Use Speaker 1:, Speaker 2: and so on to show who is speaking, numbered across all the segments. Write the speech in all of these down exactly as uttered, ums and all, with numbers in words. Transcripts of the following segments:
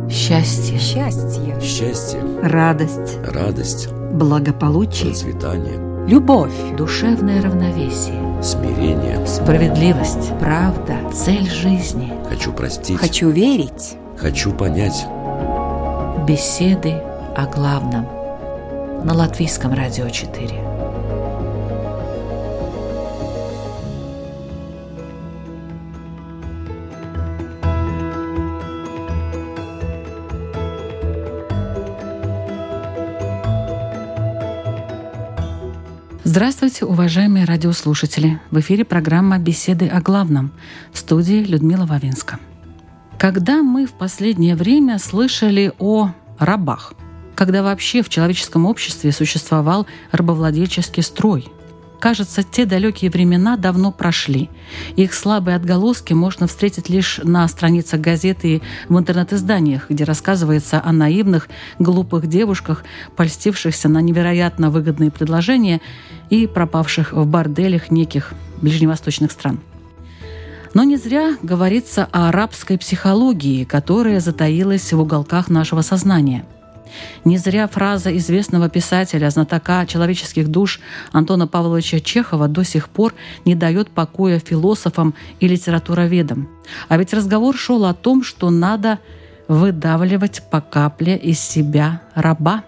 Speaker 1: Счастье.
Speaker 2: Счастье.
Speaker 3: Счастье.
Speaker 1: Радость.
Speaker 3: Радость.
Speaker 1: Благополучие.
Speaker 3: Процветание.
Speaker 2: Любовь.
Speaker 1: Душевное равновесие.
Speaker 3: Смирение.
Speaker 1: Справедливость. Правда. Цель жизни.
Speaker 3: Хочу простить.
Speaker 2: Хочу верить.
Speaker 3: Хочу понять.
Speaker 1: Беседы о главном. На Латвийском радио четыре. Здравствуйте, уважаемые радиослушатели! В эфире программа «Беседы о главном». В студии Людмила Вавинска. Когда мы в последнее время слышали о рабах? Когда вообще в человеческом обществе существовал рабовладельческий строй? Кажется, те далекие времена давно прошли. Их слабые отголоски можно встретить лишь на страницах газеты и в интернет-изданиях, где рассказывается о наивных, глупых девушках, польстившихся на невероятно выгодные предложения и пропавших в борделях неких ближневосточных стран. Но не зря говорится о арабской психологии, которая затаилась в уголках нашего сознания. Не зря фраза известного писателя, знатока человеческих душ Антона Павловича Чехова до сих пор не дает покоя философам и литературоведам. А ведь разговор шел о том, что надо выдавливать по капле из себя раба.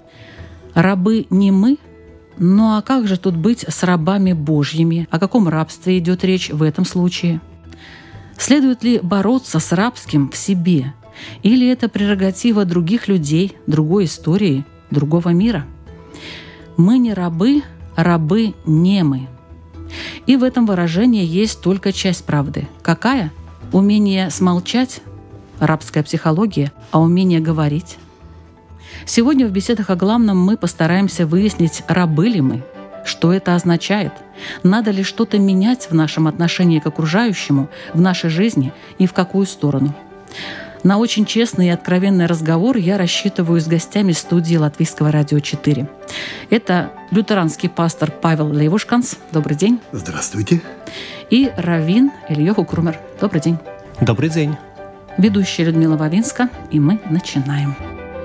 Speaker 1: Рабы не мы? Ну а как же тут быть с рабами Божьими? О каком рабстве идет речь в этом случае? Следует ли бороться с рабским в себе? Или это прерогатива других людей, другой истории, другого мира? Мы не рабы, рабы не мы. И в этом выражении есть только часть правды. Какая? Умение смолчать – рабская психология, а умение говорить. Сегодня в беседах о главном мы постараемся выяснить, рабы ли мы, что это означает, надо ли что-то менять в нашем отношении к окружающему, в нашей жизни и в какую сторону. На очень честный и откровенный разговор я рассчитываю с гостями студии Латвийского радио четыре. Это лютеранский пастор Павел Левушканс. Добрый день.
Speaker 4: Здравствуйте.
Speaker 1: И раввин Ильёху Крумер. Добрый день.
Speaker 5: Добрый день.
Speaker 1: Ведущая Людмила Вавинска, и мы начинаем.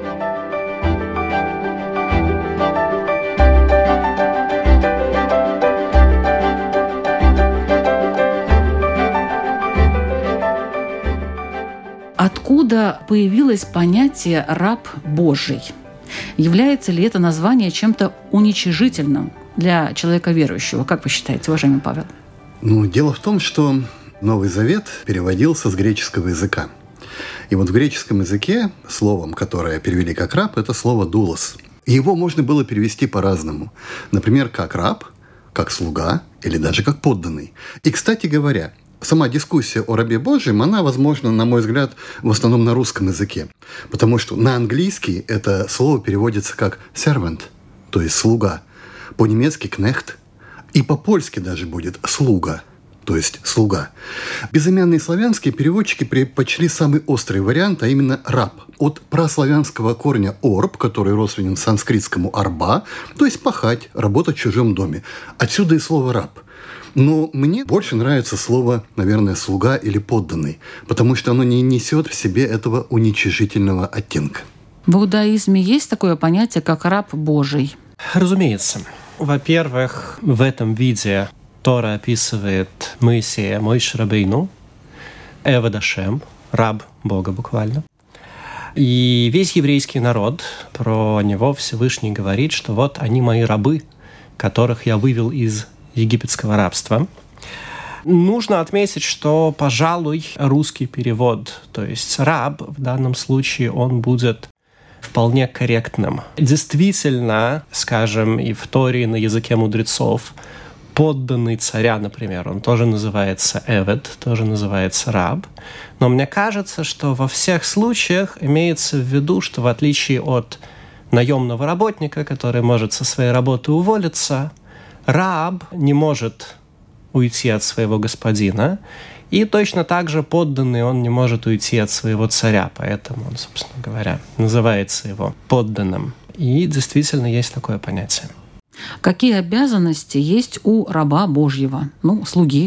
Speaker 1: Откуда появилось понятие «раб Божий»? Является ли это название чем-то уничижительным для человека верующего? Как вы считаете, уважаемый Павел?
Speaker 4: Ну, дело в том, что Новый Завет переводился с греческого языка. И вот в греческом языке словом, которое перевели как «раб», это слово «дулос». И его можно было перевести по-разному. Например, как «раб», как «слуга» или даже как «подданный». И, кстати говоря, сама дискуссия о рабе Божьем, она, возможно, на мой взгляд, в основном на русском языке. Потому что на английский это слово переводится как servant, то есть слуга. По-немецки кнехт. И по-польски даже будет слуга, то есть слуга. Безымянные славянские переводчики предпочли самый острый вариант, а именно раб. От праславянского корня орб, который родственен санскритскому арба, то есть пахать, работать в чужом доме. Отсюда и слово раб. Но мне больше нравится слово, наверное, «слуга» или «подданный», потому что оно не несет в себе этого уничижительного оттенка.
Speaker 1: В иудаизме есть такое понятие, как «раб Божий»?
Speaker 5: Разумеется. Во-первых, в этом виде Тора описывает Моисея, Моше Рабейну, Эвед Ашем, раб Бога буквально. И весь еврейский народ, про него Всевышний говорит, что вот они мои рабы, которых я вывел из египетского рабства. Нужно отметить, что, пожалуй, русский перевод, то есть «раб», в данном случае он будет вполне корректным. Действительно, скажем, и в Торе, и на языке мудрецов, подданный царя, например, он тоже называется «эвед», тоже называется «раб». Но мне кажется, что во всех случаях имеется в виду, что в отличие от наемного работника, который может со своей работы уволиться, раб не может уйти от своего господина, и точно так же подданный он не может уйти от своего царя, поэтому он, собственно говоря, называется его подданным. И действительно есть такое понятие.
Speaker 1: Какие обязанности есть у раба Божьего, ну, слуги,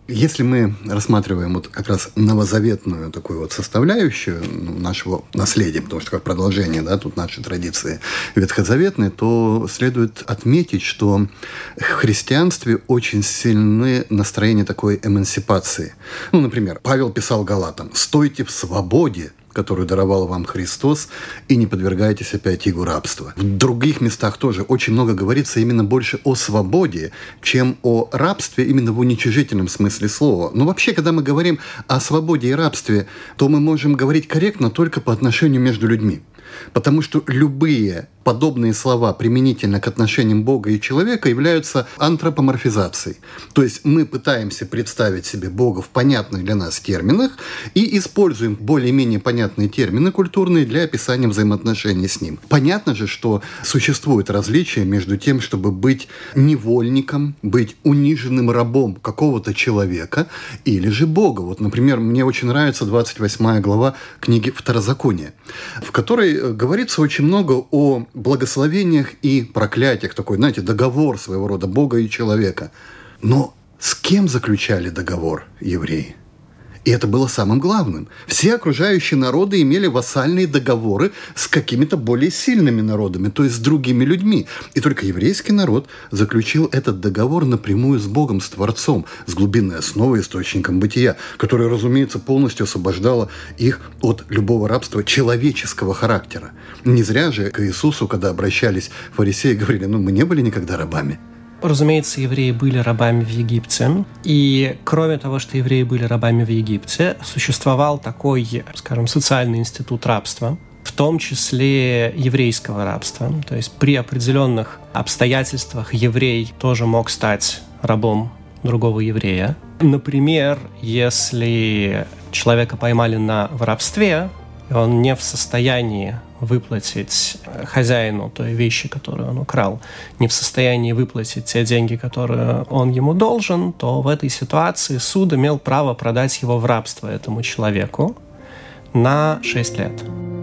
Speaker 4: Если мы рассматриваем вот как раз новозаветную такую вот составляющую нашего наследия, потому что как продолжение, да, тут наши традиции ветхозаветные, то следует отметить, что в христианстве очень сильны настроения такой эмансипации. Ну, например, Павел писал Галатам: «Стойте в свободе, которую даровал вам Христос, и не подвергайтесь опять игу рабства». В других местах тоже очень много говорится именно больше о свободе, чем о рабстве именно в уничижительном смысле слова. Но вообще, когда мы говорим о свободе и рабстве, то мы можем говорить корректно только по отношению между людьми. Потому что любые подобные слова применительно к отношениям Бога и человека являются антропоморфизацией. То есть мы пытаемся представить себе Бога в понятных для нас терминах и используем более-менее понятные термины культурные для описания взаимоотношений с Ним. Понятно же, что существует различие между тем, чтобы быть невольником, быть униженным рабом какого-то человека или же Бога. Вот, например, мне очень нравится двадцать восьмая глава книги Второзакония, в которой говорится очень много о благословениях и проклятиях, такой, знаете, договор своего рода Бога и человека. Но с кем заключали договор евреи? И это было самым главным. Все окружающие народы имели вассальные договоры с какими-то более сильными народами, то есть с другими людьми. И только еврейский народ заключил этот договор напрямую с Богом, с Творцом, с глубинной основой, источником бытия, которое, разумеется, полностью освобождало их от любого рабства человеческого характера. Не зря же к Иисусу, когда обращались фарисеи, говорили: ну, мы не были никогда рабами.
Speaker 5: Разумеется, евреи были рабами в Египте. И кроме того, что евреи были рабами в Египте, существовал такой, скажем, социальный институт рабства, в том числе еврейского рабства. То есть при определенных обстоятельствах еврей тоже мог стать рабом другого еврея. Например, если человека поймали на воровстве, и он не в состоянии выплатить хозяину той вещи, которую он украл, не в состоянии выплатить те деньги, которые он ему должен, то в этой ситуации суд имел право продать его в рабство этому человеку на шесть лет.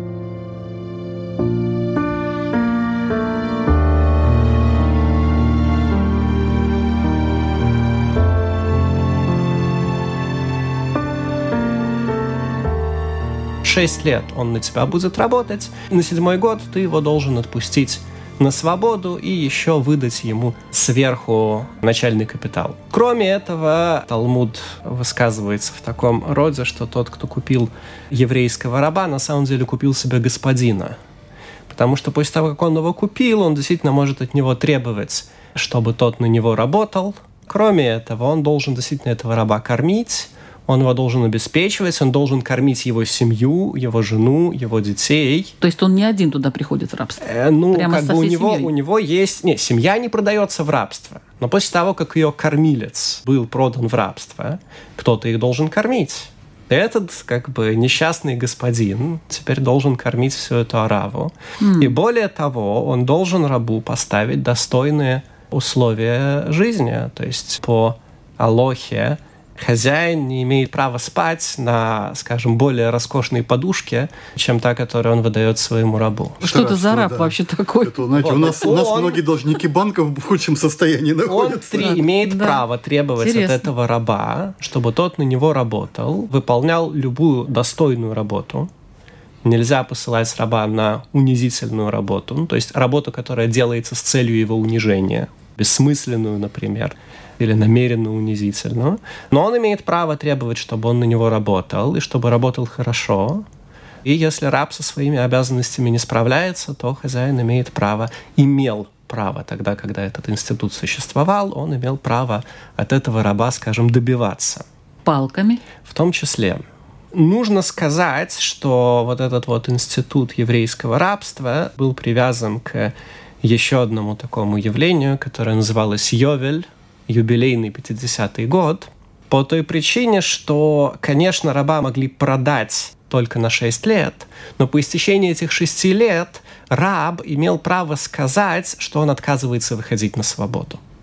Speaker 5: Шесть лет он на тебя будет работать, на седьмой год ты его должен отпустить на свободу и еще выдать ему сверху начальный капитал. Кроме этого, Талмуд высказывается в таком роде, что тот, кто купил еврейского раба, на самом деле купил себе господина. Потому что после того, как он его купил, он действительно может от него требовать, чтобы тот на него работал. Кроме этого, он должен действительно этого раба кормить, он его должен обеспечивать, он должен кормить его семью, его жену, его детей.
Speaker 1: То есть он не один туда приходит в рабство?
Speaker 5: Э, ну,
Speaker 1: прямо
Speaker 5: как бы у него, у него есть... Не, семья не продается в рабство. Но после того, как ее кормилец был продан в рабство, кто-то их должен кормить. Этот, как бы, несчастный господин теперь должен кормить всю эту ораву. Mm. И более того, он должен рабу поставить достойные условия жизни. То есть по алохе хозяин не имеет права спать на, скажем, более роскошной подушке, чем та, которую он выдает своему рабу.
Speaker 1: Что это за раб да. вообще такой?
Speaker 4: Это, знаете, вот. у, нас, он, у нас многие должники банков в худшем состоянии находятся.
Speaker 5: Он три, имеет да. право требовать Интересно. от этого раба, чтобы тот на него работал, выполнял любую достойную работу. Нельзя посылать раба на унизительную работу, ну, то есть работу, которая делается с целью его унижения, бессмысленную, например, или намеренно унизительную. Но он имеет право требовать, чтобы он на него работал, и чтобы работал хорошо. И если раб со своими обязанностями не справляется, то хозяин имеет право, имел право тогда, когда этот институт существовал, он имел право от этого раба, скажем, добиваться.
Speaker 1: Палками?
Speaker 5: В том числе. Нужно сказать, что вот этот вот институт еврейского рабства был привязан к еще одному такому явлению, которое называлось Йовель, юбилейный пятидесятый год, по той причине, что, конечно, раба могли продать только на шесть лет, но по истечении этих шести лет раб имел право сказать, что он отказывается выходить на свободу.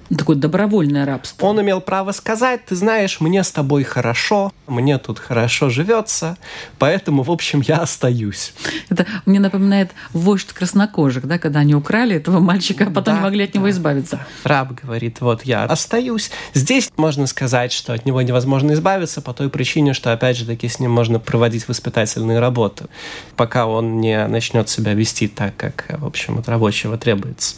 Speaker 1: Такое добровольное рабство.
Speaker 5: Он имел право сказать: ты знаешь, мне с тобой хорошо, мне тут хорошо живется, поэтому, в общем, я остаюсь.
Speaker 1: Это мне напоминает вождь краснокожих, да, когда они украли этого мальчика, а потом
Speaker 5: Да,
Speaker 1: не могли от него
Speaker 5: да,
Speaker 1: избавиться.
Speaker 5: Да. Раб говорит: вот я остаюсь. Здесь можно сказать, что от него невозможно избавиться по той причине, что, опять же таки, с ним можно проводить воспитательные работы, пока он не начнет себя вести так, как, в общем, от рабочего требуется.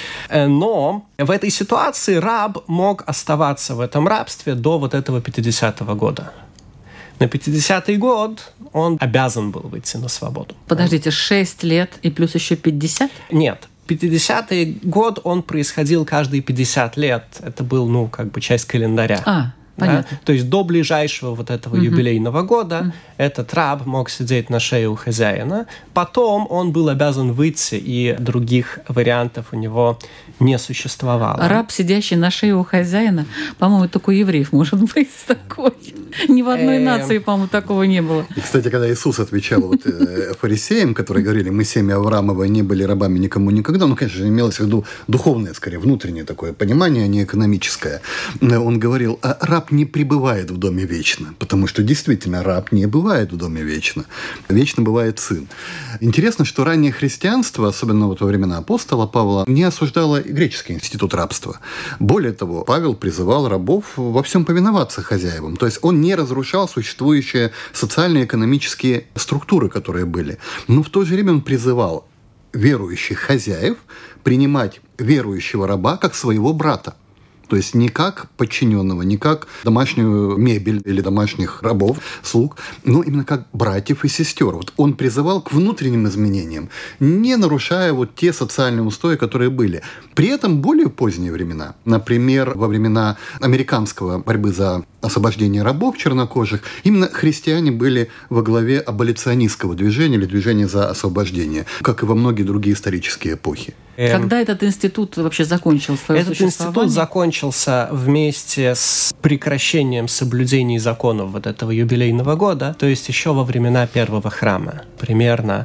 Speaker 5: Но в этой ситуации раб мог оставаться в этом рабстве до вот этого пятидесятого года. На пятидесятый год он обязан был выйти на свободу.
Speaker 1: Подождите, шесть лет и плюс еще пятьдесят?
Speaker 5: Нет. пятидесятый год, он происходил каждые пятьдесят лет. Это был, ну, как бы часть календаря.
Speaker 1: А, понятно.
Speaker 5: Да? То есть до ближайшего вот этого угу. юбилейного года угу. этот раб мог сидеть на шее у хозяина. Потом он был обязан выйти, и других вариантов у него не существовало.
Speaker 1: Раб, сидящий на шее у хозяина, по-моему, только у евреев может быть такой. Ни в одной нации, по-моему, такого не было.
Speaker 4: И, кстати, когда Иисус отвечал вот, э, фарисеям, которые говорили: мы семя Авраамова не были рабами никому никогда, ну, конечно же, имелось в виду духовное, скорее, внутреннее такое понимание, а не экономическое. Он говорил: а раб не пребывает в доме вечно, потому что действительно раб не бывает в доме вечно. Вечно бывает сын. Интересно, что раннее христианство, особенно вот во времена апостола Павла, не осуждало греческий институт рабства. Более того, Павел призывал рабов во всем повиноваться хозяевам. То есть он не разрушал существующие социально-экономические структуры, которые были. Но в то же время он призывал верующих хозяев принимать верующего раба как своего брата. То есть не как подчиненного, не как домашнюю мебель или домашних рабов, слуг, но именно как братьев и сестер. Вот он призывал к внутренним изменениям, не нарушая вот те социальные устои, которые были. При этом более поздние времена, например, во времена американского борьбы за освобождение рабов чернокожих, именно христиане были во главе аболиционистского движения или движения за освобождение, как и во многие другие исторические эпохи.
Speaker 1: Когда этот институт вообще закончил свое
Speaker 5: Этот
Speaker 1: существование?
Speaker 5: институт закончился вместе с прекращением соблюдений законов вот этого юбилейного года, то есть еще во времена первого храма, примерно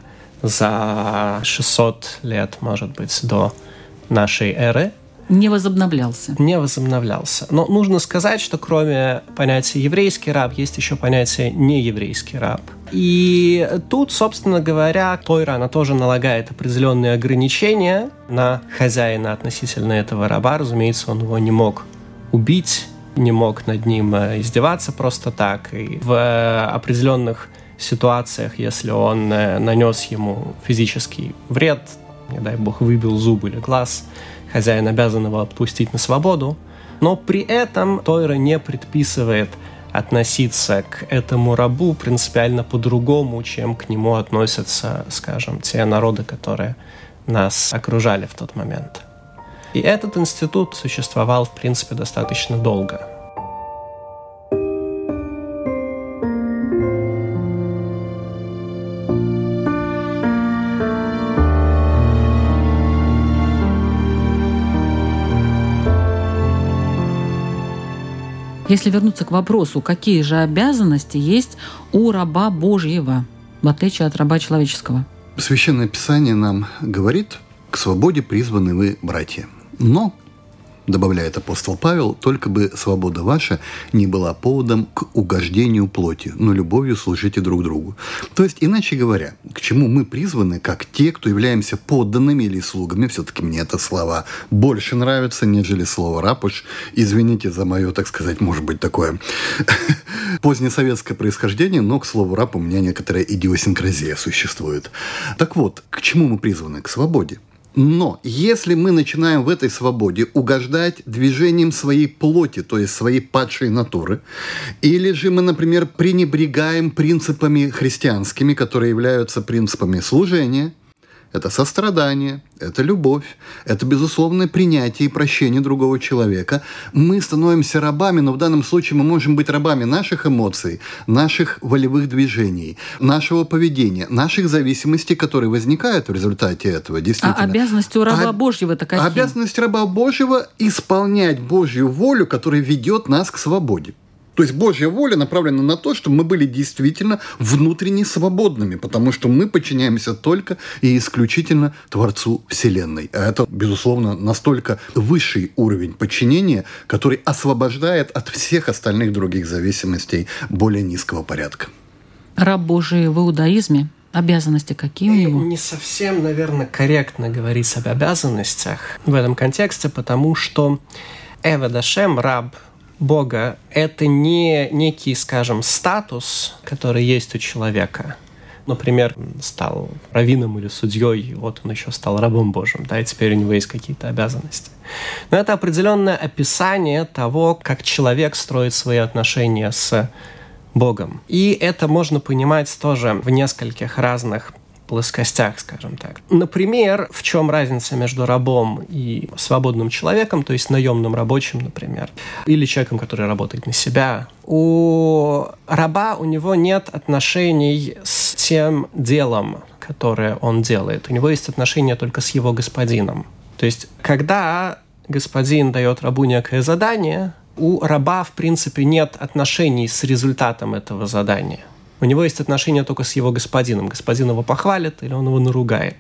Speaker 5: за шестьсот лет, может быть, до нашей эры.
Speaker 1: Не возобновлялся.
Speaker 5: Не возобновлялся. Но нужно сказать, что кроме понятия «еврейский раб» есть еще понятие «нееврейский раб». И тут, собственно говоря, Тойра, она тоже налагает определенные ограничения на хозяина относительно этого раба. Разумеется, он его не мог убить, не мог над ним издеваться просто так. И в определенных ситуациях, если он нанес ему физический вред, не дай бог, выбил зуб или глаз, хозяин обязан его отпустить на свободу, но при этом Тойра не предписывает относиться к этому рабу принципиально по-другому, чем к нему относятся, скажем, те народы, которые нас окружали в тот момент. И этот институт существовал, в принципе, достаточно долго.
Speaker 1: Если вернуться к вопросу, какие же обязанности есть у раба Божьего, в отличие от раба человеческого?
Speaker 4: Священное Писание нам говорит: к свободе призваны вы, братья. Но, добавляет апостол Павел, только бы свобода ваша не была поводом к угождению плоти, но любовью служите друг другу. То есть, иначе говоря, к чему мы призваны, как те, кто являемся подданными или слугами, все-таки мне это слова больше нравятся, нежели слово «раб». Уж извините за мое, так сказать, может быть, такое позднесоветское происхождение, но к слову «раб» у меня некоторая идиосинкразия существует. Так вот, к чему мы призваны? К свободе. Но если мы начинаем в этой свободе угождать движением своей плоти, то есть своей падшей натуры, или же мы, например, пренебрегаем принципами христианскими, которые являются принципами служения, это сострадание, это любовь, это безусловное принятие и прощение другого человека. Мы становимся рабами, но в данном случае мы можем быть рабами наших эмоций, наших волевых движений, нашего поведения, наших зависимостей, которые возникают в результате этого. Действительно.
Speaker 1: А обязанности у раба а, Божьего-то какие?
Speaker 4: Обязанность раба Божьего – исполнять Божью волю, которая ведет нас к свободе. То есть Божья воля направлена на то, чтобы мы были действительно внутренне свободными, потому что мы подчиняемся только и исключительно Творцу Вселенной. А это, безусловно, настолько высший уровень подчинения, который освобождает от всех остальных других зависимостей более низкого порядка.
Speaker 1: Раб Божий в иудаизме, обязанности какие у него?
Speaker 5: Не совсем, наверное, корректно говорить об обязанностях в этом контексте, потому что Эвед Ашем, раб Бога, это не некий, скажем, статус, который есть у человека. Например, стал раввином или судьей, вот он еще стал рабом Божьим, да, и теперь у него есть какие-то обязанности. Но это определенное описание того, как человек строит свои отношения с Богом. И это можно понимать тоже в нескольких разных плоскостях, скажем так. Например, в чем разница между рабом и свободным человеком, то есть наемным рабочим, например, или человеком, который работает на себя. У раба у него нет отношений с тем делом, которое он делает. У него есть отношения только с его господином. То есть, когда господин дает рабу некое задание, у раба, в принципе, нет отношений с результатом этого задания. У него есть отношения только с его господином. Господин его похвалит или он его наругает.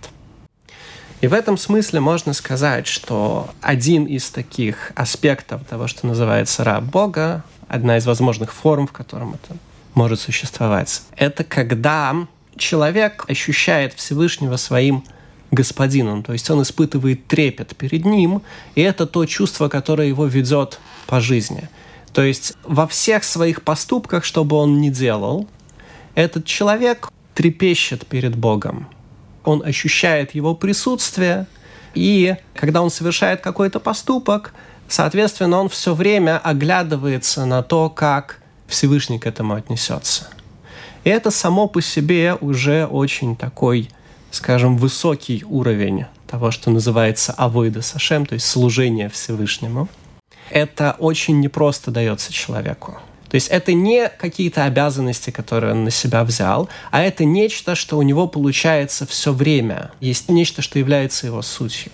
Speaker 5: И в этом смысле можно сказать, что один из таких аспектов того, что называется раб Бога, одна из возможных форм, в котором это может существовать, это когда человек ощущает Всевышнего своим господином, то есть он испытывает трепет перед ним, и это то чувство, которое его ведет по жизни. То есть во всех своих поступках, что бы он ни делал, этот человек трепещет перед Богом. Он ощущает его присутствие, и когда он совершает какой-то поступок, соответственно, он все время оглядывается на то, как Всевышний к этому отнесется. И это само по себе уже очень такой, скажем, высокий уровень того, что называется авойдас Ашем, то есть служение Всевышнему. Это очень непросто дается человеку. То есть это не какие-то обязанности, которые он на себя взял, а это нечто, что у него получается все время. Есть нечто, что является его сутью.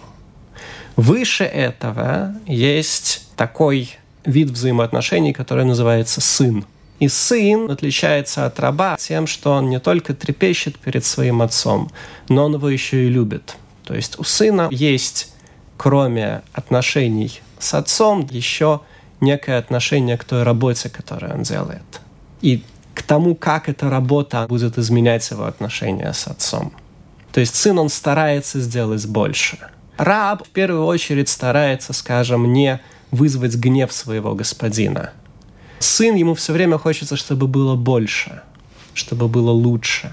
Speaker 5: Выше этого есть такой вид взаимоотношений, который называется сын. И сын отличается от раба тем, что он не только трепещет перед своим отцом, но он его еще и любит. То есть у сына есть, кроме отношений с отцом, еще некое отношение к той работе, которую он делает. И к тому, как эта работа будет изменять его отношения с отцом. То есть сын, он старается сделать больше. Раб, в первую очередь, старается, скажем, не вызвать гнев своего господина. Сын, ему все время хочется, чтобы было больше, чтобы было лучше.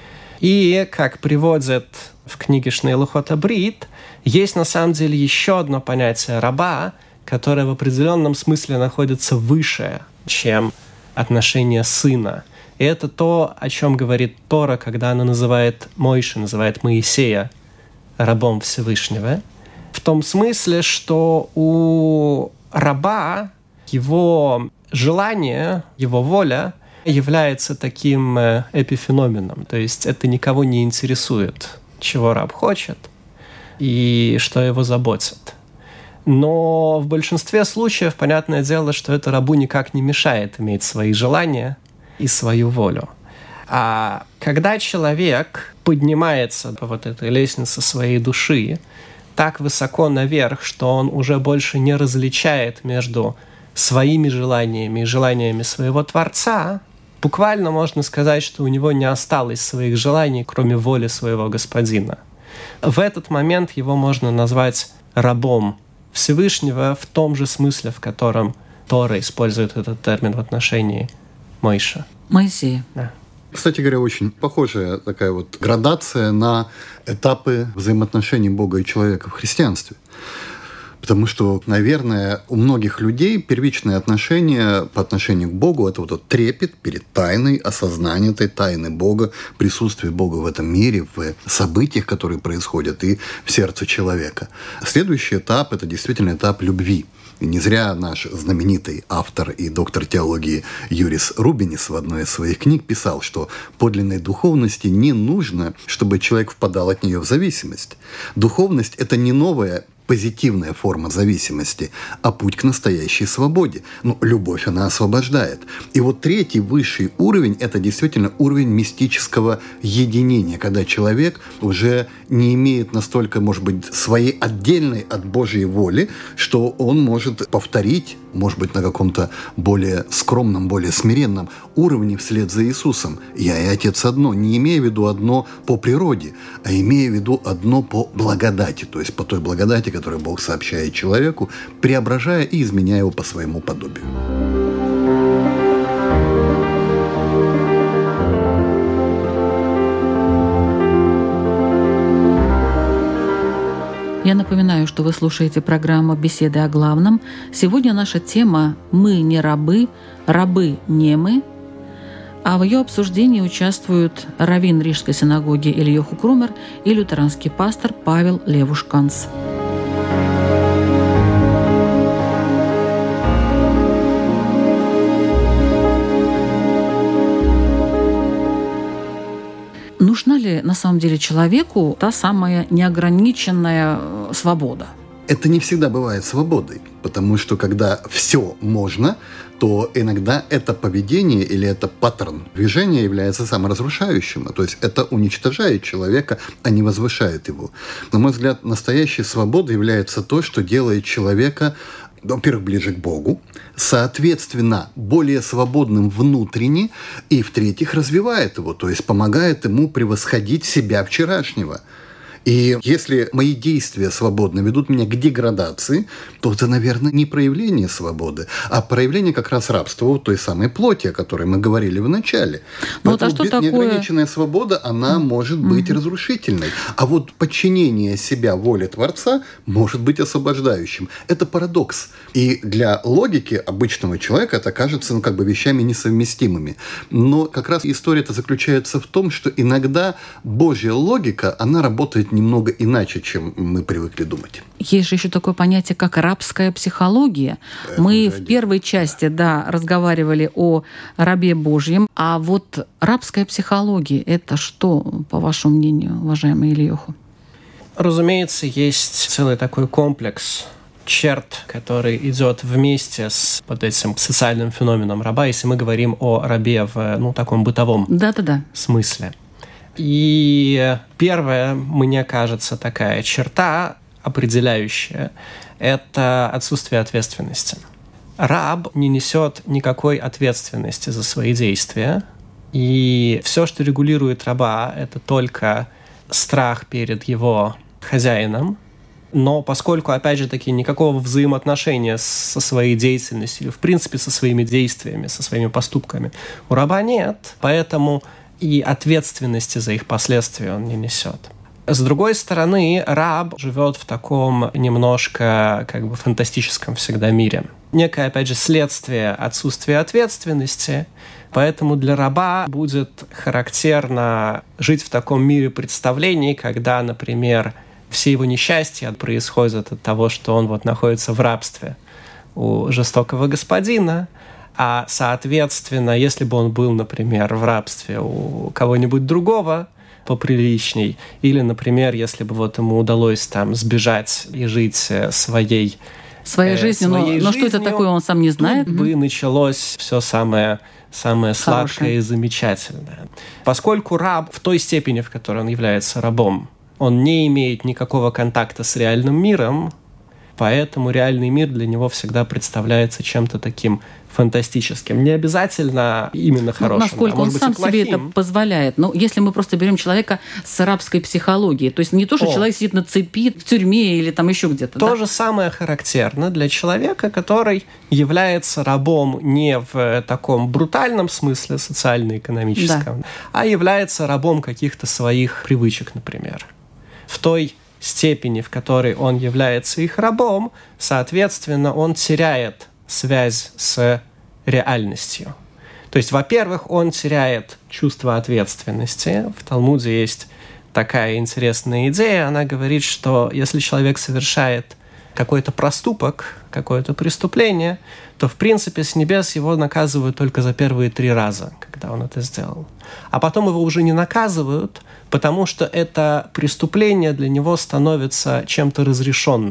Speaker 5: И, как приводят в книге Шнейлухот Абрит, есть на самом деле еще одно понятие раба, которое в определенном смысле находится выше, чем отношение сына. И это то, о чем говорит Тора, когда она называет Мойше, называет Моисея рабом Всевышнего. В том смысле, что у раба его желание, его воля является таким эпифеноменом. То есть это никого не интересует, чего раб хочет и что его заботит. Но в большинстве случаев, понятное дело, что это рабу никак не мешает иметь свои желания и свою волю. А когда человек поднимается по вот этой лестнице своей души так высоко наверх, что он уже больше не различает между своими желаниями и желаниями своего Творца, буквально можно сказать, что у него не осталось своих желаний, кроме воли своего господина. В этот момент его можно назвать рабом Всевышнего в том же смысле, в котором Тора использует этот термин в отношении Мойше.
Speaker 1: Моисея.
Speaker 5: Да.
Speaker 4: Кстати говоря, очень похожая такая вот градация на этапы взаимоотношений Бога и человека в христианстве. Потому что, наверное, у многих людей первичное отношение по отношению к Богу – это вот этот трепет перед тайной, осознание этой тайны Бога, присутствие Бога в этом мире, в событиях, которые происходят, и в сердце человека. Следующий этап – это действительно этап любви. И не зря наш знаменитый автор и доктор теологии Юрис Рубинис в одной из своих книг писал, что подлинной духовности не нужно, чтобы человек впадал от нее в зависимость. Духовность – это не новое позитивная форма зависимости, а путь к настоящей свободе. Ну, любовь, она освобождает. И вот третий, высший уровень – это действительно уровень мистического единения, когда человек уже не имеет настолько, может быть, своей отдельной от Божьей воли, что он может повторить, может быть, на каком-то более скромном, более смиренном уровне вслед за Иисусом. «Я и Отец одно», не имея в виду одно по природе, а имея в виду одно по благодати, то есть по той благодати, которую Бог сообщает человеку, преображая и изменяя его по своему подобию.
Speaker 1: Я напоминаю, что вы слушаете программу «Беседы о главном». Сегодня наша тема «Мы не рабы, рабы не мы», а в ее обсуждении участвуют раввин Рижской синагоги Ильёху Крумер и лютеранский пастор Павел Левушканц. Нужна ли на самом деле человеку та самая неограниченная свобода?
Speaker 4: Это не всегда бывает свободой, потому что когда все можно, то иногда это поведение или это паттерн движения является саморазрушающим. То есть это уничтожает человека, а не возвышает его. На мой взгляд, настоящей свободой является то, что делает человека, во-первых, ближе к Богу, соответственно, более свободным внутренне, и, в-третьих, развивает его, то есть помогает ему превосходить себя вчерашнего. И если мои действия свободно ведут меня к деградации, то это, наверное, не проявление свободы, а проявление как раз рабства вот той самой плоти, о которой мы говорили в начале.
Speaker 1: Ну, вот, а что такое?
Speaker 4: Неограниченная свобода, она mm. может быть mm-hmm. разрушительной. А вот подчинение себя воле Творца может быть освобождающим. Это парадокс. И для логики обычного человека это кажется, ну, как бы вещами несовместимыми. Но как раз история-то заключается в том, что иногда Божья логика, она работает немного иначе, чем мы привыкли думать.
Speaker 1: Есть же еще такое понятие, как рабская психология. Это мы в первой части да. Да, разговаривали о рабе Божьем, а вот рабская психология – это что, по вашему мнению, уважаемый Ильёху?
Speaker 5: Разумеется, есть целый такой комплекс черт, который идет вместе с вот этим социальным феноменом раба, если мы говорим о рабе в ну, таком бытовом Да-да-да. смысле. И первая, мне кажется, такая черта определяющая – это отсутствие ответственности. Раб не несет никакой ответственности за свои действия, и все, что регулирует раба, это только страх перед его хозяином. Но поскольку, опять же таки, никакого взаимоотношения со своей деятельностью или, в принципе, со своими действиями, со своими поступками у раба нет, поэтому и ответственности за их последствия он не несет. С другой стороны, раб живет в таком немножко как бы фантастическом всегда мире. Некое, опять же, следствие отсутствия ответственности, поэтому для раба будет характерно жить в таком мире представлений, когда, например, все его несчастья происходят от того, что он вот находится в рабстве у жестокого господина, а, соответственно, если бы он был, например, в рабстве у кого-нибудь другого, поприличней, или, например, если бы вот ему удалось там сбежать и жить своей
Speaker 1: Своей жизнью,
Speaker 5: своей
Speaker 1: но, но
Speaker 5: жизнью,
Speaker 1: что это такое, он сам не знает.
Speaker 5: Тут бы началось все самое, самое сладкое Хорошее. И замечательное. Поскольку раб в той степени, в которой он является рабом, он не имеет никакого контакта с реальным миром, поэтому реальный мир для него всегда представляется чем-то таким фантастическим. Не обязательно именно хорошим.
Speaker 1: Ну, насколько
Speaker 5: а
Speaker 1: он
Speaker 5: может
Speaker 1: сам
Speaker 5: быть,
Speaker 1: себе это позволяет. Но если мы просто берем человека с арабской психологией, то есть не то, что О. человек сидит на цепи в тюрьме или там еще где-то.
Speaker 5: То
Speaker 1: да?
Speaker 5: же самое характерно для человека, который является рабом не в таком брутальном смысле социально-экономическом, да. а является рабом каких-то своих привычек, например. В той степени, в которой он является их рабом, соответственно, он теряет связь с реальностью. То есть, во-первых, он теряет чувство ответственности. В Талмуде есть такая интересная идея. Она говорит, что если человек совершает какой-то проступок, какое-то преступление, то, в принципе, с небес его наказывают только за первые три раза, когда он это сделал. А потом его уже не наказывают, потому что это преступление для него становится чем-то разрешенным.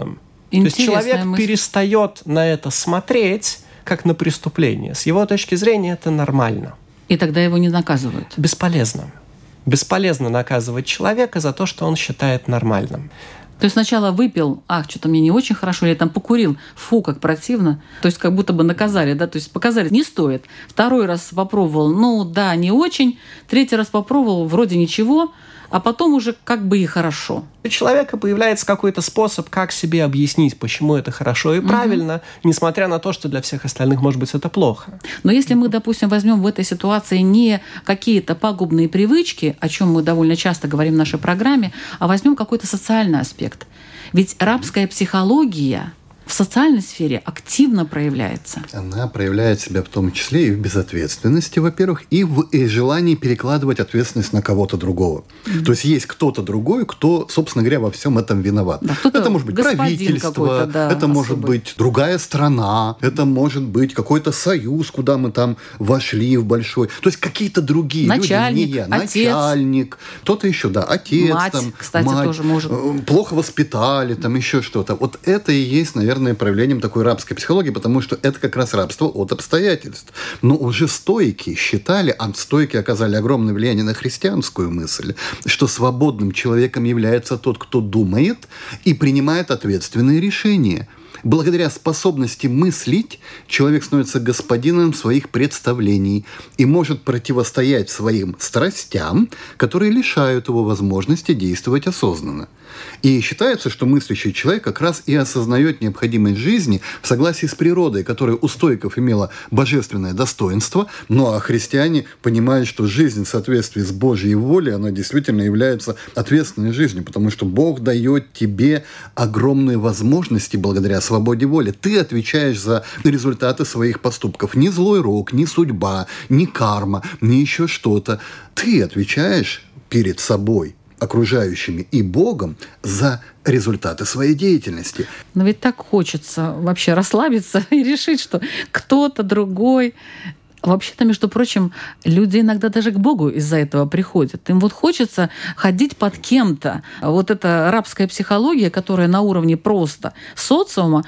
Speaker 1: Интересная
Speaker 5: То есть человек
Speaker 1: мысль.
Speaker 5: перестает на это смотреть как на преступление. С его точки зрения это нормально.
Speaker 1: И тогда его не наказывают.
Speaker 5: Бесполезно. Бесполезно наказывать человека за то, что он считает нормальным.
Speaker 1: То есть сначала выпил, ах, что-то мне не очень хорошо, или там покурил, фу, как противно. То есть как будто бы наказали, да, то есть показали, не стоит. Второй раз попробовал, ну да, не очень. Третий раз попробовал, вроде ничего, а потом уже как бы и хорошо.
Speaker 5: У человека появляется какой-то способ, как себе объяснить, почему это хорошо и правильно, угу. несмотря на то, что для всех остальных, может быть, это плохо.
Speaker 1: Но если мы, допустим, возьмем в этой ситуации не какие-то пагубные привычки, о чем мы довольно часто говорим в нашей программе, а возьмем какой-то социальный аспект. Ведь рабская психология в социальной сфере активно проявляется.
Speaker 4: Она проявляет себя в том числе и в безответственности, во-первых, и в и желании перекладывать ответственность на кого-то другого. Mm-hmm. То есть есть кто-то другой, кто, собственно говоря, во всем этом виноват. Да, это может быть правительство, да, это может особый. быть другая страна, это может быть какой-то союз, куда мы там вошли в большой. То есть какие-то другие
Speaker 1: начальник,
Speaker 4: люди, не я.
Speaker 1: Отец.
Speaker 4: Начальник, кто-то еще, да, отец,
Speaker 1: мать,
Speaker 4: там,
Speaker 1: кстати,
Speaker 4: мать,
Speaker 1: тоже может.
Speaker 4: Плохо воспитали, там еще что-то. Вот это и есть, наверное, проявлением такой рабской психологии, потому что это как раз рабство от обстоятельств. Но уже стойки считали, а стойки оказали огромное влияние на христианскую мысль, что свободным человеком является тот, кто думает и принимает ответственные решения. Благодаря способности мыслить, человек становится господином своих представлений и может противостоять своим страстям, которые лишают его возможности действовать осознанно. И считается, что мыслящий человек как раз и осознает необходимость жизни в согласии с природой, которая у стоиков имела божественное достоинство, ну а христиане понимают, что жизнь в соответствии с Божьей волей, она действительно является ответственной жизнью, потому что Бог дает тебе огромные возможности благодаря свободе воли. Ты отвечаешь за результаты своих поступков. Ни злой рок, ни судьба, ни карма, ни еще что-то. Ты отвечаешь перед собой, окружающими и Богом за результаты своей деятельности.
Speaker 1: Но ведь так хочется вообще расслабиться и решить, что кто-то другой. Вообще-то, между прочим, люди иногда даже к Богу из-за этого приходят. Им вот хочется ходить под кем-то. Вот эта рабская психология, которая на уровне просто социума,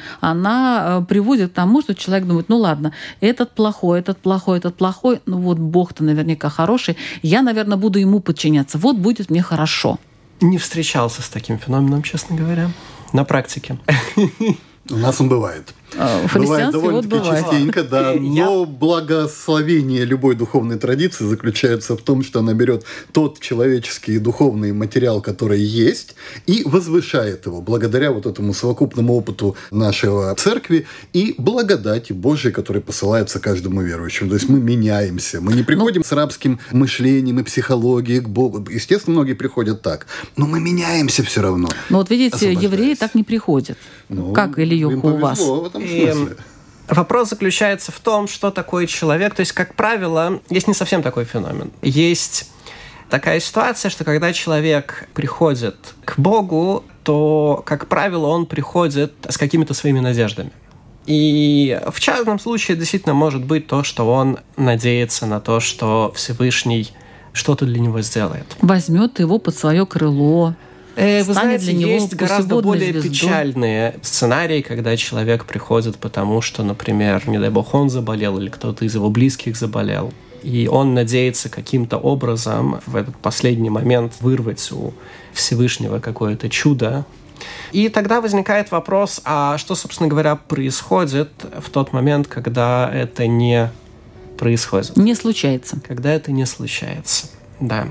Speaker 1: она приводит к тому, что человек думает, ну ладно, этот плохой, этот плохой, этот плохой, ну вот Бог-то наверняка хороший, я, наверное, буду ему подчиняться, вот будет мне хорошо.
Speaker 5: Не встречался с таким феноменом, честно говоря, на практике.
Speaker 4: У нас он бывает.
Speaker 1: В
Speaker 4: бывает довольно-таки
Speaker 1: вот бывает.
Speaker 4: частенько, да. Но благословение любой духовной традиции заключается в том, что она берет тот человеческий и духовный материал, который есть, и возвышает его благодаря вот этому совокупному опыту нашего церкви и благодати Божией, которая посылается каждому верующему. То есть мы меняемся. Мы не приходим ну, с рабским мышлением и психологией к Богу. Естественно, многие приходят так. Но мы меняемся все равно.
Speaker 1: Ну вот видите, евреи так не приходят. Ну, как Ильюху у вас?
Speaker 5: И вопрос заключается в том, что такое человек. То есть, как правило, есть не совсем такой феномен. Есть такая ситуация, что когда человек приходит к Богу, то, как правило, он приходит с какими-то своими надеждами. И в частном случае действительно может быть то, что он надеется на то, что Всевышний что-то для него сделает.
Speaker 1: Возьмет его под свое крыло.
Speaker 5: Вы знаете,
Speaker 1: для него
Speaker 5: есть гораздо более
Speaker 1: звездой.
Speaker 5: печальные сценарии, когда человек приходит, потому что, например, не дай бог, он заболел или кто-то из его близких заболел, и он надеется каким-то образом в этот последний момент вырвать у Всевышнего какое-то чудо. И тогда возникает вопрос, а что, собственно говоря, происходит в тот момент, когда это не происходит?
Speaker 1: Не случается.
Speaker 5: Когда это не случается, да.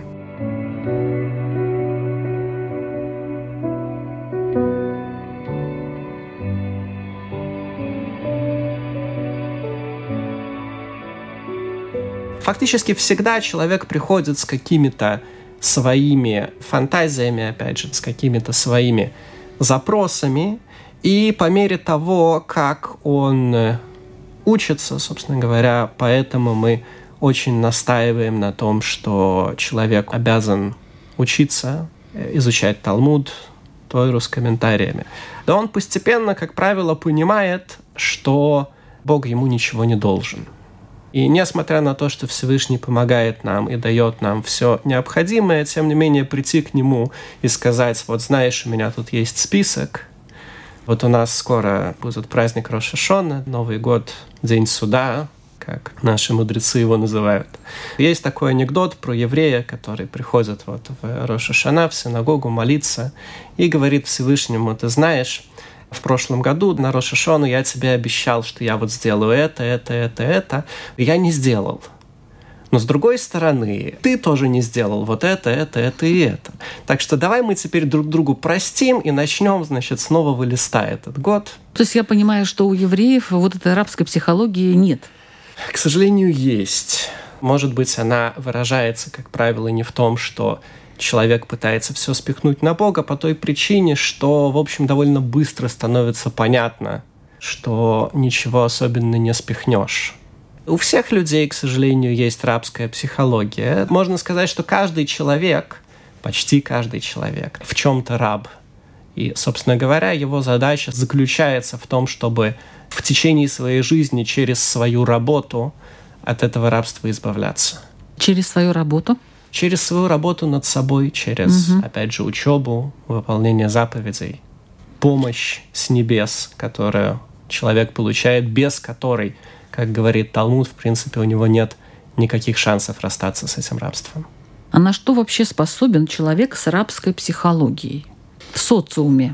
Speaker 5: Фактически всегда человек приходит с какими-то своими фантазиями, опять же, с какими-то своими запросами, и по мере того, как он учится, собственно говоря, поэтому мы очень настаиваем на том, что человек обязан учиться, изучать Талмуд, Тору с комментариями. Да он постепенно, как правило, понимает, что Бог ему ничего не должен. И несмотря на то, что Всевышний помогает нам и дает нам все необходимое, тем не менее прийти к Нему и сказать, вот знаешь, у меня тут есть список, Вот у нас скоро будет праздник Рош ха-Шана, Новый год, День суда, как наши мудрецы его называют. Есть такой анекдот про еврея, который приходит вот в Рош ха-Шана, в синагогу молиться и говорит Всевышнему: ты знаешь, в прошлом году на Рош ха-Шану я тебе обещал, что я вот сделаю это, это, это, это. Я не сделал. Но с другой стороны, ты тоже не сделал вот это, это, это и это. Так что давай мы теперь друг другу простим и начнем, значит, с нового листа этот год.
Speaker 1: То есть я понимаю, что у евреев вот этой арабской психологии нет?
Speaker 5: К сожалению, есть. Может быть, она выражается, как правило, не в том, что человек пытается все спихнуть на Бога, по той причине, что, в общем, довольно быстро становится понятно, что ничего особенно не спихнешь. У всех людей, к сожалению, есть рабская психология. Можно сказать, что каждый человек, почти каждый человек, в чем-то раб. И, собственно говоря, его задача заключается в том, чтобы в течение своей жизни через свою работу от этого рабства избавляться.
Speaker 1: Через свою работу?
Speaker 5: Через свою работу над собой, через,
Speaker 1: угу.
Speaker 5: опять же, учебу, выполнение заповедей, помощь с небес, которую человек получает, без которой, как говорит Талмуд, в принципе, у него нет никаких шансов расстаться с этим рабством.
Speaker 1: А на что вообще способен человек с рабской психологией в социуме?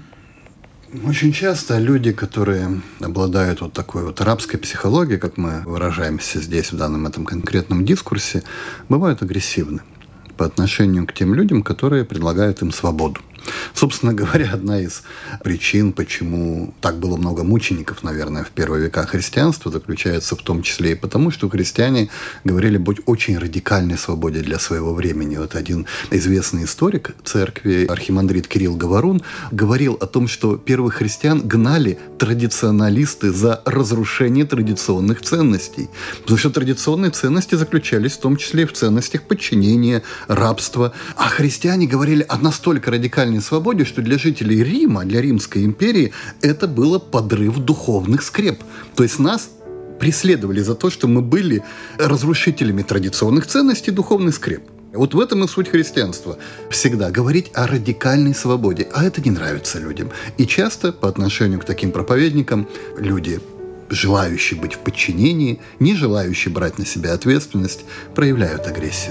Speaker 4: Очень часто люди, которые обладают вот такой вот рабской психологией, как мы выражаемся здесь, в данном этом конкретном дискурсе, бывают агрессивны по отношению к тем людям, которые предлагают им свободу. Собственно говоря, одна из причин, почему так было много мучеников, наверное, в первые века христианства, заключается в том числе и потому, что христиане говорили об очень радикальной свободе для своего времени. Вот один известный историк церкви, архимандрит Кирилл Говорун, говорил о том, что первых христиан гнали традиционалисты за разрушение традиционных ценностей. Потому что традиционные ценности заключались в том числе и в ценностях подчинения, рабства. А христиане говорили о настолько радикальной свободе, что для жителей Рима, для Римской империи, это было подрыв духовных скреп. То есть нас преследовали за то, что мы были разрушителями традиционных ценностей духовных скреп. Вот в этом и суть христианства. Всегда говорить о радикальной свободе. А это не нравится людям. И часто по отношению к таким проповедникам люди, желающие быть в подчинении, не желающие брать на себя ответственность, проявляют агрессию.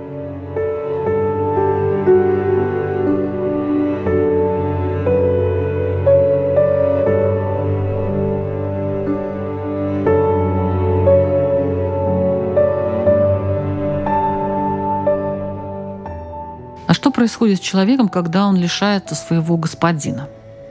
Speaker 1: Что происходит с человеком, когда он лишается своего господина?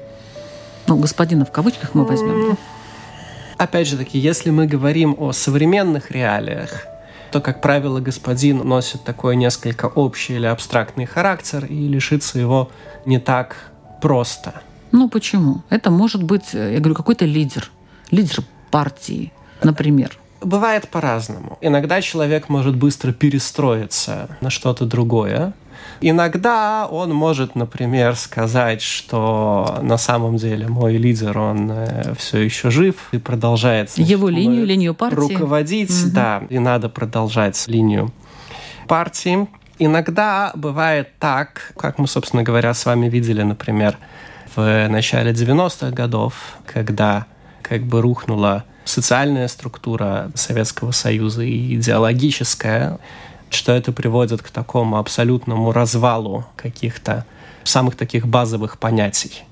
Speaker 1: Ну, господина в кавычках мы возьмем, да?
Speaker 5: Опять же таки, если мы говорим о современных реалиях, то, как правило, господин носит такой несколько общий или абстрактный характер, и лишиться его не так просто.
Speaker 1: Ну, почему? Это может быть, я говорю, какой-то лидер, лидер партии, например.
Speaker 5: Бывает по-разному. Иногда человек может быстро перестроиться на что-то другое. Иногда он может, например, сказать, что на самом деле мой лидер, он э, все еще жив и продолжает значит,
Speaker 1: его линию, линию партии
Speaker 5: руководить, угу. Да, и надо продолжать линию партии. Иногда бывает так, как мы, собственно говоря, с вами видели, например, в начале девяностых годов, когда как бы рухнула социальная структура Советского Союза и идеологическая, что это приводит к такому абсолютному развалу каких-то самых таких базовых понятий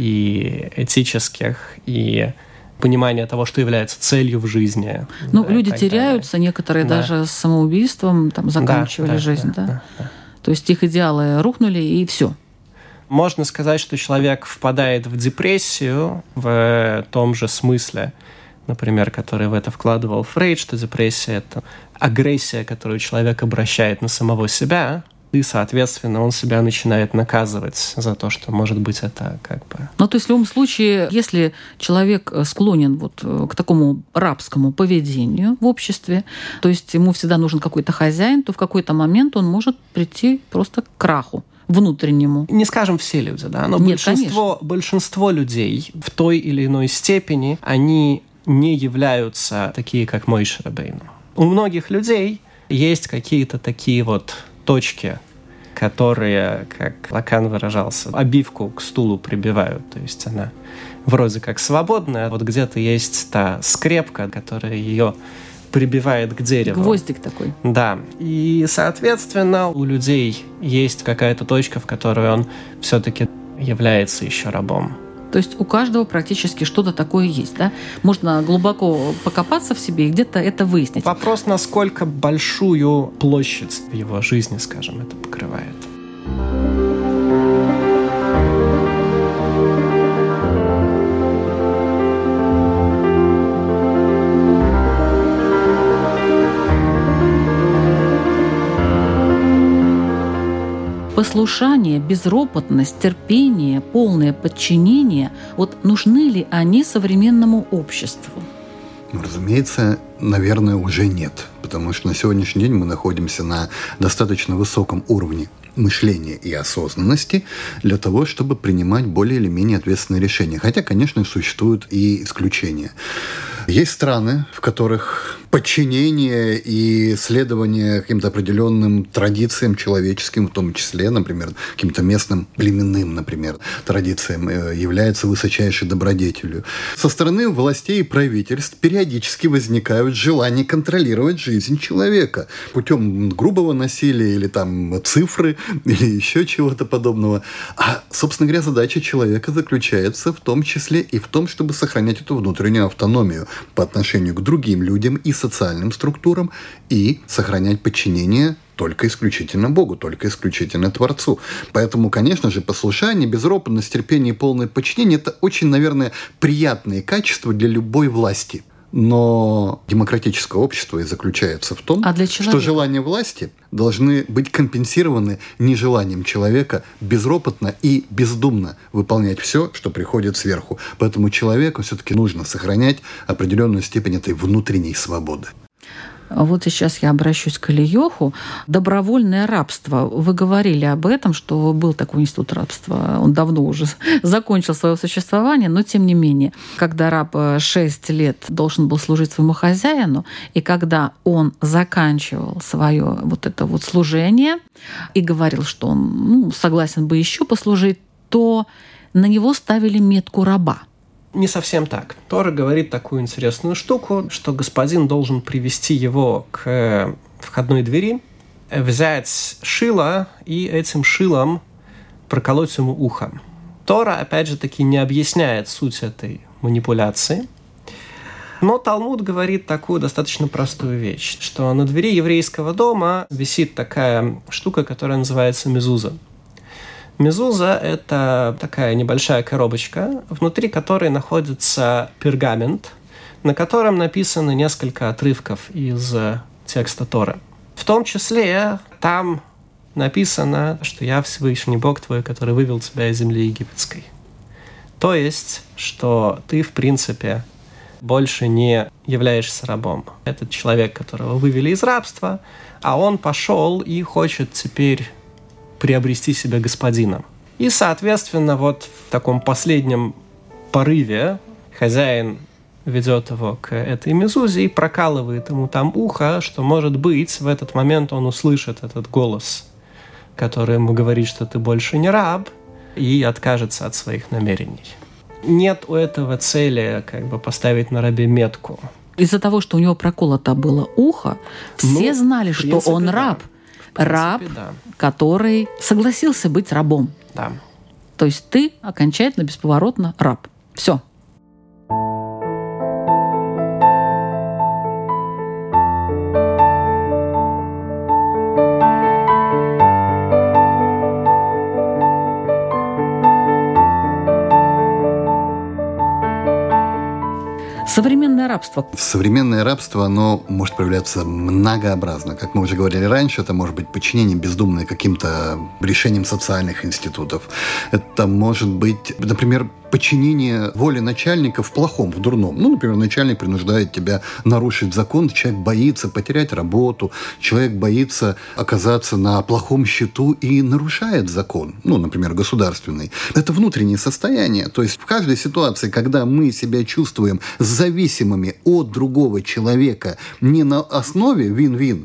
Speaker 5: и этических, и понимания того, что является целью в жизни.
Speaker 1: Ну,
Speaker 5: да,
Speaker 1: люди теряются, далее. Некоторые да. даже с самоубийством там, заканчивали
Speaker 5: да, да,
Speaker 1: жизнь.
Speaker 5: Да,
Speaker 1: да?
Speaker 5: Да, да.
Speaker 1: То есть их идеалы рухнули, и все.
Speaker 5: Можно сказать, что человек впадает в депрессию в том же смысле, например, который в это вкладывал Фрейд, что депрессия — это агрессия, которую человек обращает на самого себя, и, соответственно, он себя начинает наказывать за то, что, может быть, это как бы...
Speaker 1: Ну, то есть в любом случае, если человек склонен вот к такому рабскому поведению в обществе, то есть ему всегда нужен какой-то хозяин, то в какой-то момент он может прийти просто к краху внутреннему.
Speaker 5: Не скажем все люди, да, но
Speaker 1: Нет,
Speaker 5: большинство, большинство людей в той или иной степени, они не являются такие, как Моше Рабейну. У многих людей есть какие-то такие вот точки, которые, как Лакан выражался, обивку к стулу прибивают. То есть она вроде как свободная, а вот где-то есть та скрепка, которая ее прибивает к дереву.
Speaker 1: Гвоздик такой.
Speaker 5: Да. И, соответственно, у людей есть какая-то точка, в которой он все-таки является еще рабом.
Speaker 1: То есть у каждого практически что-то такое есть, да? Можно глубоко покопаться в себе и где-то это выяснить.
Speaker 5: Вопрос, насколько большую площадь в его жизни, скажем, это покрывает.
Speaker 1: Послушание, безропотность, терпение, полное подчинение, вот нужны ли они современному обществу?
Speaker 4: Разумеется, наверное, уже нет, потому что на сегодняшний день мы находимся на достаточно высоком уровне мышления и осознанности для того, чтобы принимать более или менее ответственные решения. Хотя, конечно, существуют и исключения. Есть страны, в которых подчинение и следование каким-то определенным традициям человеческим, в том числе, например, каким-то местным племенным, например, традициям, является высочайшей добродетелью. Со стороны властей и правительств периодически возникают желания контролировать жизнь человека путем грубого насилия или там цифры, или еще чего-то подобного. А, собственно говоря, задача человека заключается в том числе и в том, чтобы сохранять эту внутреннюю автономию по отношению к другим людям и социальным структурам и сохранять подчинение только исключительно Богу, только исключительно Творцу. Поэтому, конечно же, послушание, безропотность, терпение и полное подчинение – это очень, наверное, приятные качества для любой власти. Но демократическое общество и заключается в том,
Speaker 1: а
Speaker 4: что желания власти должны быть компенсированы нежеланием человека безропотно и бездумно выполнять все, что приходит сверху. Поэтому человеку все-таки нужно сохранять определенную степень этой внутренней свободы.
Speaker 1: Вот сейчас я обращусь к Ильёху. Добровольное рабство. Вы говорили об этом, что был такой институт рабства. Он давно уже закончил свое существование, но тем не менее, когда раб шесть лет должен был служить своему хозяину, и когда он заканчивал свое вот это вот служение и говорил, что он ну, согласен бы еще послужить, то на него ставили метку раба.
Speaker 5: Не совсем так. Тора говорит такую интересную штуку, что господин должен привести его к входной двери, взять шило и этим шилом проколоть ему ухо. Тора, опять же таки, не объясняет суть этой манипуляции, но Талмуд говорит такую достаточно простую вещь, что на двери еврейского дома висит такая штука, которая называется мезуза. Мезуза – это такая небольшая коробочка, внутри которой находится пергамент, на котором написано несколько отрывков из текста Торы. В том числе там написано, что «Я Всевышний Бог твой, который вывел тебя из земли египетской». То есть, что ты, в принципе, больше не являешься рабом. Этот человек, которого вывели из рабства, а он пошел и хочет теперь приобрести себя господином. И, соответственно, вот в таком последнем порыве хозяин ведет его к этой мезузе и прокалывает ему там ухо, что, может быть, в этот момент он услышит этот голос, который ему говорит, что ты больше не раб, и откажется от своих намерений. Нет у этого цели как бы поставить на рабе метку.
Speaker 1: Из-за того, что у него проколото было ухо, все ну, знали, принципе, что он
Speaker 5: да.
Speaker 1: раб.
Speaker 5: Принципе,
Speaker 1: раб,
Speaker 5: да.
Speaker 1: который согласился быть рабом.
Speaker 5: Да.
Speaker 1: То есть ты окончательно, бесповоротно раб. Все. Современное рабство.
Speaker 4: Современное рабство, оно может проявляться многообразно. Как мы уже говорили раньше, это может быть подчинение бездумное каким-то решениям социальных институтов. Это может быть, например, подчинение воле начальника в плохом, в дурном. Ну, например, начальник принуждает тебя нарушить закон, человек боится потерять работу, человек боится оказаться на плохом счету и нарушает закон, ну, например, государственный. Это внутреннее состояние. То есть в каждой ситуации, когда мы себя чувствуем зависимыми от другого человека не на основе вин-вин,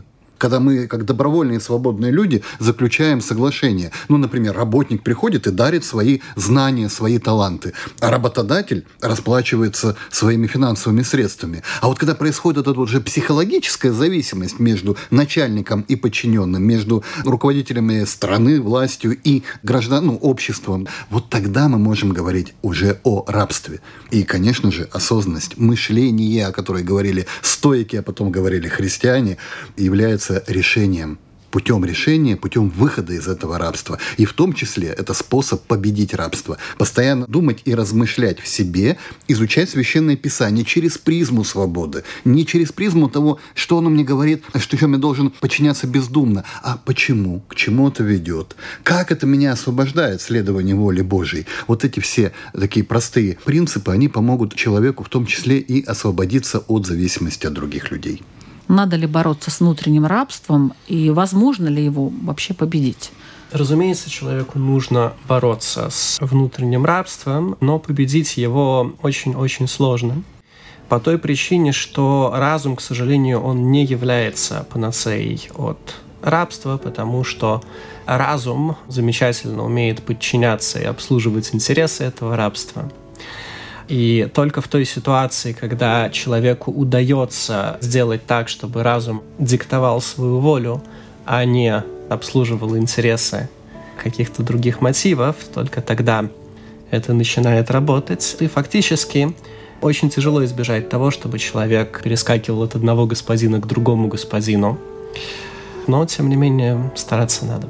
Speaker 4: когда мы, как добровольные свободные люди, заключаем соглашение. Ну, например, работник приходит и дарит свои знания, свои таланты, а работодатель расплачивается своими финансовыми средствами. А вот когда происходит эта вот уже психологическая зависимость между начальником и подчиненным, между руководителями страны, властью и граждан, ну, обществом, вот тогда мы можем говорить уже о рабстве. И, конечно же, осознанность, мышление, о которой говорили стоики, а потом говорили христиане, является решением. Путем решения, путем выхода из этого рабства. И в том числе это способ победить рабство. Постоянно думать и размышлять в себе, изучать Священное Писание через призму свободы. Не через призму того, что оно мне говорит, что я должен подчиняться бездумно, а почему, к чему это ведет, как это меня освобождает следование воли Божьей. Вот эти все такие простые принципы, они помогут человеку в том числе и освободиться от зависимости от других людей.
Speaker 1: Надо ли бороться с внутренним рабством и возможно ли его вообще победить?
Speaker 5: Разумеется, человеку нужно бороться с внутренним рабством, но победить его очень-очень сложно. По той причине, что разум, к сожалению, он не является панацеей от рабства, потому что разум замечательно умеет подчиняться и обслуживать интересы этого рабства. И только в той ситуации, когда человеку удается сделать так, чтобы разум диктовал свою волю, а не обслуживал интересы каких-то других мотивов, только тогда это начинает работать. И фактически очень тяжело избежать того, чтобы человек перескакивал от одного господина к другому господину. Но, тем не менее, стараться надо.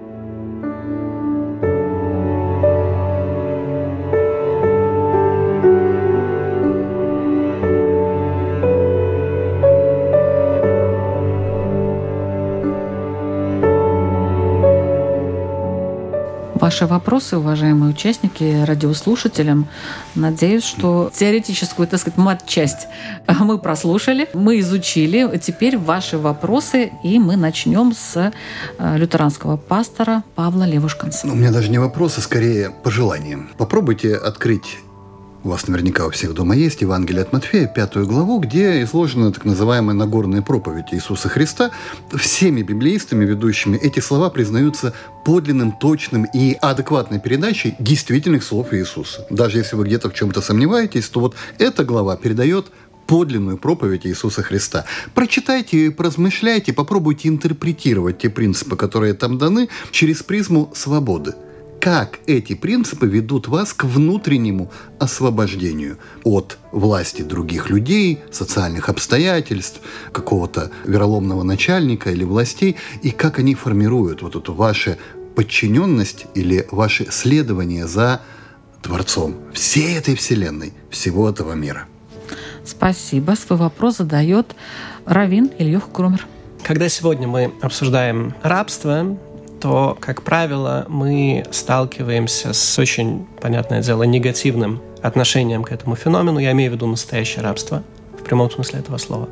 Speaker 1: Ваши вопросы, уважаемые участники, радиослушателям. Надеюсь, что теоретическую, так сказать, матчасть мы прослушали, мы изучили. Теперь ваши вопросы, и мы начнем с лютеранского пастора Павла Левушканца.
Speaker 4: У меня даже не вопросы, скорее пожелания. Попробуйте открыть, у вас наверняка у всех дома есть, Евангелие от Матфея, пятую главу, где изложена так называемая Нагорная проповедь Иисуса Христа. Всеми библеистами, ведущими, эти слова признаются подлинным, точным и адекватной передачей действительных слов Иисуса. Даже если вы где-то в чем-то сомневаетесь, то вот эта глава передает подлинную проповедь Иисуса Христа. Прочитайте ее и поразмышляйте, попробуйте интерпретировать те принципы, которые там даны, через призму свободы. Как эти принципы ведут вас к внутреннему освобождению от власти других людей, социальных обстоятельств, какого-то вероломного начальника или властей, и как они формируют вот эту вашу подчиненность или ваше следование за Творцом всей этой вселенной, всего этого мира.
Speaker 1: Спасибо. Свой вопрос задает раввин Ильюх Крумер.
Speaker 5: Когда сегодня мы обсуждаем рабство, то, как правило, мы сталкиваемся с очень, понятное дело, негативным отношением к этому феномену. Я имею в виду настоящее рабство, в прямом смысле этого слова.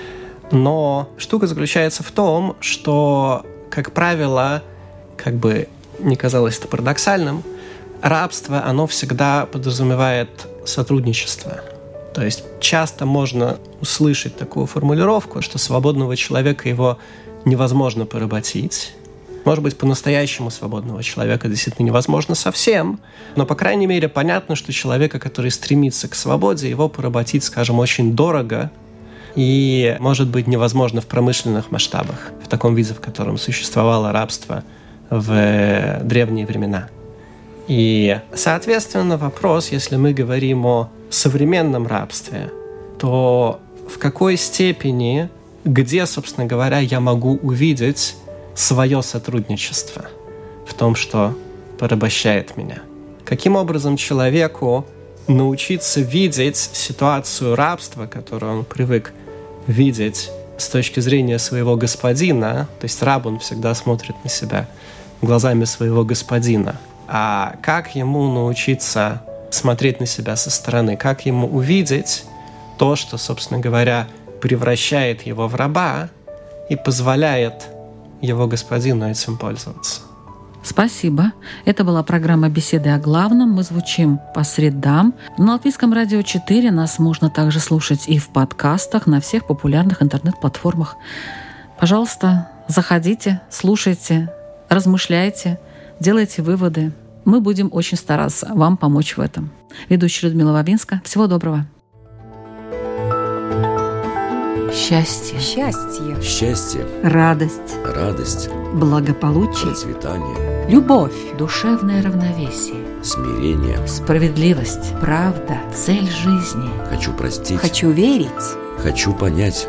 Speaker 5: Но штука заключается в том, что, как правило, как бы ни казалось это парадоксальным, рабство, оно всегда подразумевает сотрудничество. То есть часто можно услышать такую формулировку, что свободного человека его невозможно поработить. Может быть, по-настоящему свободного человека действительно невозможно совсем, но, по крайней мере, понятно, что человека, который стремится к свободе, его поработить, скажем, очень дорого и, может быть, невозможно в промышленных масштабах, в таком виде, в котором существовало рабство в древние времена. И, соответственно, вопрос, если мы говорим о современном рабстве, то в какой степени, где, собственно говоря, я могу увидеть свое сотрудничество в том, что порабощает меня? Каким образом человеку научиться видеть ситуацию рабства, которую он привык видеть с точки зрения своего господина, то есть раб, он всегда смотрит на себя глазами своего господина, а как ему научиться смотреть на себя со стороны, как ему увидеть то, что, собственно говоря, превращает его в раба и позволяет его господину этим пользоваться.
Speaker 1: Спасибо. Это была программа «Беседы о главном». Мы звучим по средам. На Латвийском радио четыре нас можно также слушать и в подкастах на всех популярных интернет-платформах. Пожалуйста, Заходите, слушайте, размышляйте, делайте выводы. Мы будем очень стараться вам помочь в этом. Ведущая Людмила Вавинска. Всего доброго. Счастье.
Speaker 2: Счастье.
Speaker 3: Счастье,
Speaker 2: Радость.
Speaker 3: радость,
Speaker 2: Благополучие.
Speaker 3: процветание,
Speaker 2: Любовь.
Speaker 1: Душевное равновесие.
Speaker 3: смирение.
Speaker 1: Справедливость. Правда. Цель жизни.
Speaker 3: Хочу простить.
Speaker 2: Хочу верить.
Speaker 3: Хочу понять.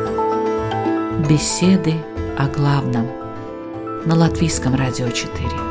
Speaker 1: Беседы о главном. На Латвийском радио четыре.